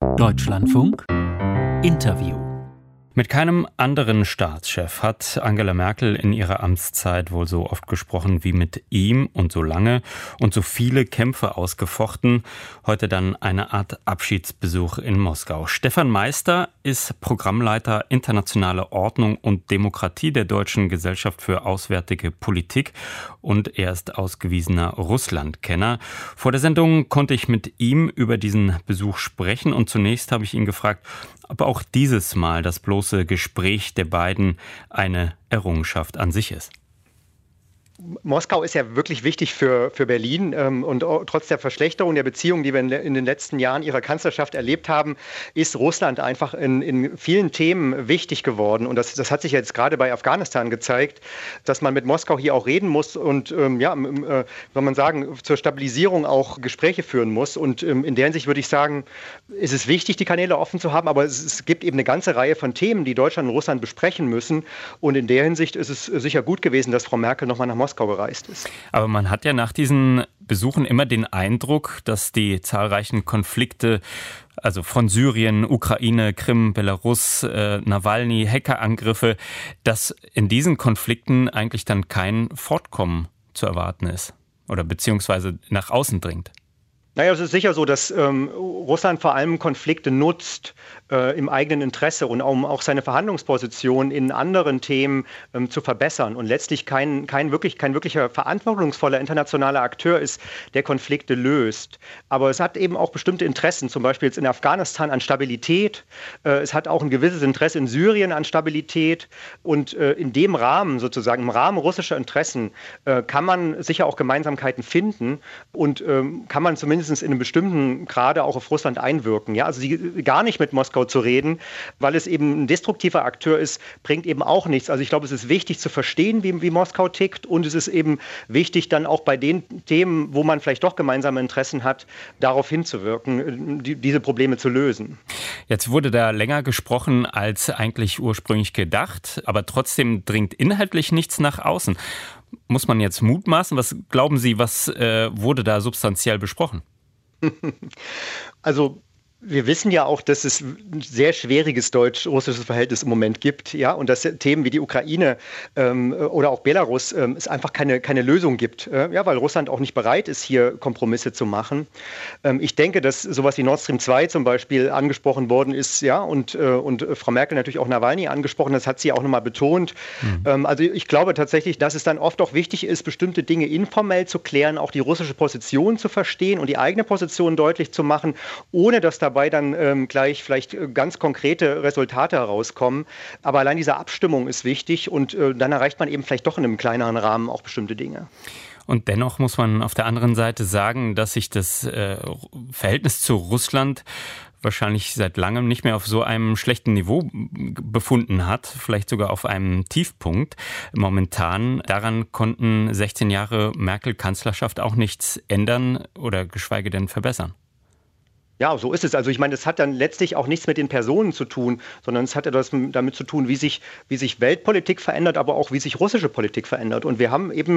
Deutschlandfunk Interview. Mit keinem anderen Staatschef hat Angela Merkel in ihrer Amtszeit wohl so oft gesprochen wie mit ihm und so lange und so viele Kämpfe ausgefochten. Heute dann eine Art Abschiedsbesuch in Moskau. Stefan Meister ist Programmleiter Internationale Ordnung und Demokratie der Deutschen Gesellschaft für Auswärtige Politik und er ist ausgewiesener Russlandkenner. Vor der Sendung konnte ich mit ihm über diesen Besuch sprechen und zunächst habe ich ihn gefragt, ob auch dieses Mal das bloße Gespräch der beiden eine Errungenschaft an sich ist. Moskau ist ja wirklich wichtig für Berlin und trotz der Verschlechterung der Beziehungen, die wir in den letzten Jahren ihrer Kanzlerschaft erlebt haben, ist Russland einfach in vielen Themen wichtig geworden. Und das hat sich jetzt gerade bei Afghanistan gezeigt, dass man mit Moskau hier auch reden muss und soll man sagen, zur Stabilisierung auch Gespräche führen muss. Und in der Hinsicht würde ich sagen, ist es wichtig, die Kanäle offen zu haben, aber es gibt eben eine ganze Reihe von Themen, die Deutschland und Russland besprechen müssen. Und in der Hinsicht ist es sicher gut gewesen, dass Frau Merkel nochmal nach Moskau gereist ist. Aber man hat ja nach diesen Besuchen immer den Eindruck, dass die zahlreichen Konflikte, also von Syrien, Ukraine, Krim, Belarus, Nawalny, Hackerangriffe, dass in diesen Konflikten eigentlich dann kein Fortkommen zu erwarten ist oder beziehungsweise nach außen dringt. Naja, es ist sicher so, dass Russland vor allem Konflikte nutzt im eigenen Interesse und um auch seine Verhandlungsposition in anderen Themen zu verbessern und letztlich kein wirklicher verantwortungsvoller internationaler Akteur ist, der Konflikte löst. Aber es hat eben auch bestimmte Interessen, zum Beispiel jetzt in Afghanistan an Stabilität. Es hat auch ein gewisses Interesse in Syrien an Stabilität und in dem Rahmen sozusagen, im Rahmen russischer Interessen kann man sicher auch Gemeinsamkeiten finden und kann man zumindest in einem bestimmten Grade auch auf Russland einwirken. Ja? Also gar nicht mit Moskau zu reden, weil es eben ein destruktiver Akteur ist, bringt eben auch nichts. Also ich glaube, es ist wichtig zu verstehen, wie Moskau tickt und es ist eben wichtig, dann auch bei den Themen, wo man vielleicht doch gemeinsame Interessen hat, darauf hinzuwirken, diese Probleme zu lösen. Jetzt wurde da länger gesprochen als eigentlich ursprünglich gedacht, aber trotzdem dringt inhaltlich nichts nach außen. Muss man jetzt mutmaßen? Was glauben Sie, was wurde da substanziell besprochen? Also wir wissen ja auch, dass es ein sehr schwieriges deutsch-russisches Verhältnis im Moment gibt, ja, und dass Themen wie die Ukraine oder auch Belarus es einfach keine Lösung gibt, ja, weil Russland auch nicht bereit ist, hier Kompromisse zu machen. Ich denke, dass sowas wie Nord Stream 2 zum Beispiel angesprochen worden ist, ja, und Frau Merkel natürlich auch Nawalny angesprochen, das hat sie auch nochmal betont. Also ich glaube tatsächlich, dass es dann oft auch wichtig ist, bestimmte Dinge informell zu klären, auch die russische Position zu verstehen und die eigene Position deutlich zu machen, ohne dass dabei dann gleich vielleicht ganz konkrete Resultate herauskommen. Aber allein diese Abstimmung ist wichtig und dann erreicht man eben vielleicht doch in einem kleineren Rahmen auch bestimmte Dinge. Und dennoch muss man auf der anderen Seite sagen, dass sich das Verhältnis zu Russland wahrscheinlich seit langem nicht mehr auf so einem schlechten Niveau befunden hat, vielleicht sogar auf einem Tiefpunkt. Momentan, daran konnten 16 Jahre Merkel-Kanzlerschaft auch nichts ändern oder geschweige denn verbessern. Ja, so ist es. Also ich meine, das hat dann letztlich auch nichts mit den Personen zu tun, sondern es hat etwas damit zu tun, wie sich Weltpolitik verändert, aber auch wie sich russische Politik verändert. Und wir haben eben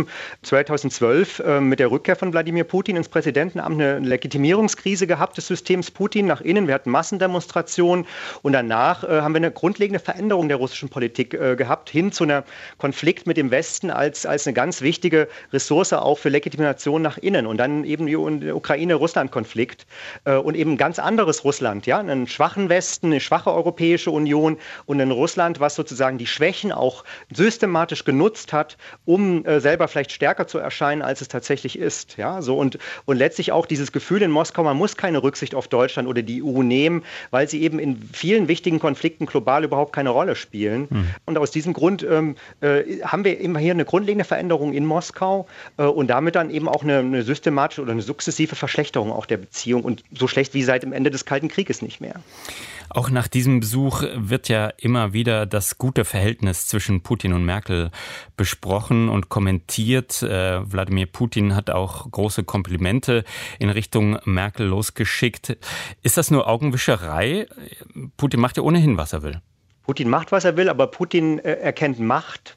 2012 mit der Rückkehr von Wladimir Putin ins Präsidentenamt eine Legitimierungskrise gehabt des Systems Putin nach innen. Wir hatten Massendemonstrationen und danach haben wir eine grundlegende Veränderung der russischen Politik gehabt, hin zu einer Konflikt mit dem Westen als eine ganz wichtige Ressource auch für Legitimation nach innen. Und dann eben der Ukraine-Russland-Konflikt und eben ein ganz anderes Russland, ja, einen schwachen Westen, eine schwache Europäische Union und ein Russland, was sozusagen die Schwächen auch systematisch genutzt hat, um selber vielleicht stärker zu erscheinen, als es tatsächlich ist, ja, so und letztlich auch dieses Gefühl in Moskau, man muss keine Rücksicht auf Deutschland oder die EU nehmen, weil sie eben in vielen wichtigen Konflikten global überhaupt keine Rolle spielen. Und aus diesem Grund haben wir immer hier eine grundlegende Veränderung in Moskau und damit dann eben auch eine systematische oder eine sukzessive Verschlechterung auch der Beziehung und so schlecht wie seit dem Ende des Kalten Krieges nicht mehr. Auch nach diesem Besuch wird ja immer wieder das gute Verhältnis zwischen Putin und Merkel besprochen und kommentiert. Wladimir Putin hat auch große Komplimente in Richtung Merkel losgeschickt. Ist das nur Augenwischerei? Putin macht ja ohnehin, was er will. Putin macht, was er will, aber Putin erkennt Macht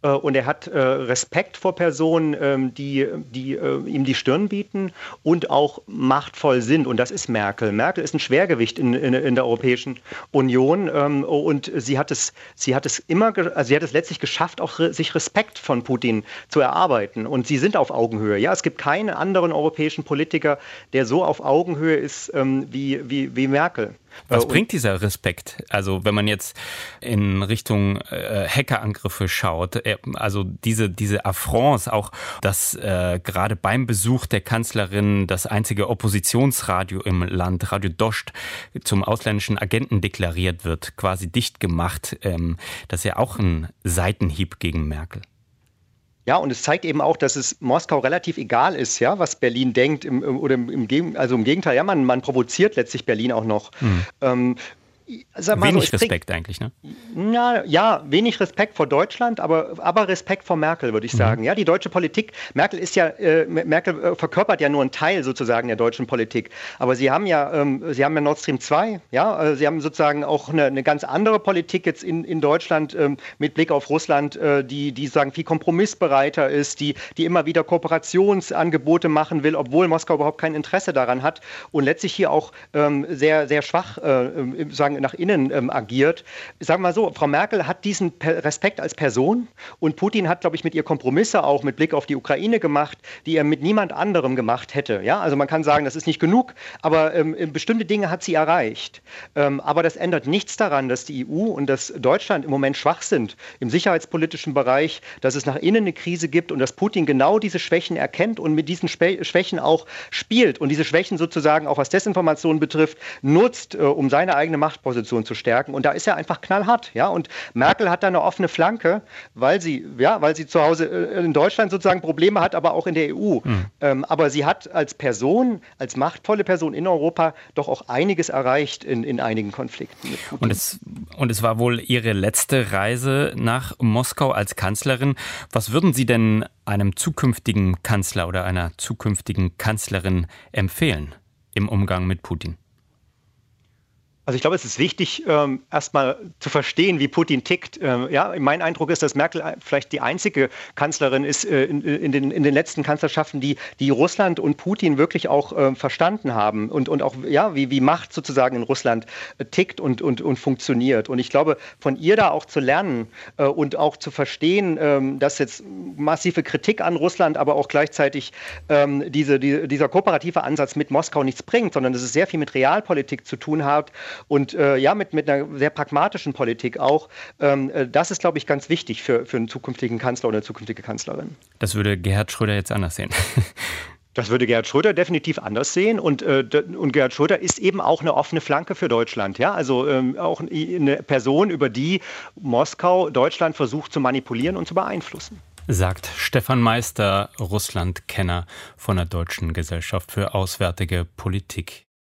und er hat Respekt vor Personen, die ihm die Stirn bieten und auch machtvoll sind. Und das ist Merkel. Merkel ist ein Schwergewicht in der Europäischen Union, und sie hat es letztlich geschafft, auch sich Respekt von Putin zu erarbeiten. Und sie sind auf Augenhöhe. Ja, es gibt keinen anderen europäischen Politiker, der so auf Augenhöhe ist wie Merkel. Was bringt dieser Respekt? Also wenn man jetzt in Richtung Hackerangriffe schaut, also diese Affronts, auch dass gerade beim Besuch der Kanzlerin das einzige Oppositionsradio im Land, Radio Dost, zum ausländischen Agenten deklariert wird, quasi dicht gemacht, das ist ja auch ein Seitenhieb gegen Merkel. Ja, und es zeigt eben auch, dass es Moskau relativ egal ist, ja, was Berlin denkt, im Gegenteil, ja, man provoziert letztlich Berlin auch noch. Wenig Respekt eigentlich, ne? Ja, wenig Respekt vor Deutschland, aber Respekt vor Merkel, würde ich sagen. Ja, die deutsche Politik, Merkel verkörpert ja nur einen Teil sozusagen der deutschen Politik. Aber sie haben ja Nord Stream 2, ja, sie haben sozusagen auch eine ganz andere Politik jetzt in Deutschland mit Blick auf Russland, die sagen viel kompromissbereiter ist, die immer wieder Kooperationsangebote machen will, obwohl Moskau überhaupt kein Interesse daran hat und letztlich hier auch sehr, sehr schwach, sagen nach innen agiert. Sagen wir mal so, Frau Merkel hat diesen Respekt als Person und Putin hat, glaube ich, mit ihr Kompromisse auch mit Blick auf die Ukraine gemacht, die er mit niemand anderem gemacht hätte. Ja, also man kann sagen, das ist nicht genug, aber bestimmte Dinge hat sie erreicht. Aber das ändert nichts daran, dass die EU und dass Deutschland im Moment schwach sind im sicherheitspolitischen Bereich, dass es nach innen eine Krise gibt und dass Putin genau diese Schwächen erkennt und mit diesen Schwächen auch spielt und diese Schwächen sozusagen auch was Desinformation betrifft, nutzt, um seine eigene Machtposition zu stärken. Und da ist er einfach knallhart. Ja? Und Merkel hat da eine offene Flanke, weil sie zu Hause in Deutschland sozusagen Probleme hat, aber auch in der EU. Aber sie hat als Person, als machtvolle Person in Europa doch auch einiges erreicht in einigen Konflikten mit Putin. Und es war wohl Ihre letzte Reise nach Moskau als Kanzlerin. Was würden Sie denn einem zukünftigen Kanzler oder einer zukünftigen Kanzlerin empfehlen im Umgang mit Putin? Also ich glaube, es ist wichtig, erstmal zu verstehen, wie Putin tickt. Ja, mein Eindruck ist, dass Merkel vielleicht die einzige Kanzlerin ist in den letzten Kanzlerschaften, die Russland und Putin wirklich auch verstanden haben und auch ja, wie Macht sozusagen in Russland tickt und funktioniert. Und ich glaube, von ihr da auch zu lernen und auch zu verstehen, dass jetzt massive Kritik an Russland, aber auch gleichzeitig dieser kooperative Ansatz mit Moskau nichts bringt, sondern dass es sehr viel mit Realpolitik zu tun hat. Und mit einer sehr pragmatischen Politik auch. Das ist, glaube ich, ganz wichtig für einen zukünftigen Kanzler oder eine zukünftige Kanzlerin. Das würde Gerhard Schröder jetzt anders sehen. Das würde Gerhard Schröder definitiv anders sehen. Und Gerhard Schröder ist eben auch eine offene Flanke für Deutschland. Ja? Also auch eine Person, über die Moskau Deutschland versucht zu manipulieren und zu beeinflussen. Sagt Stefan Meister, Russland-Kenner von der Deutschen Gesellschaft für Auswärtige Politik.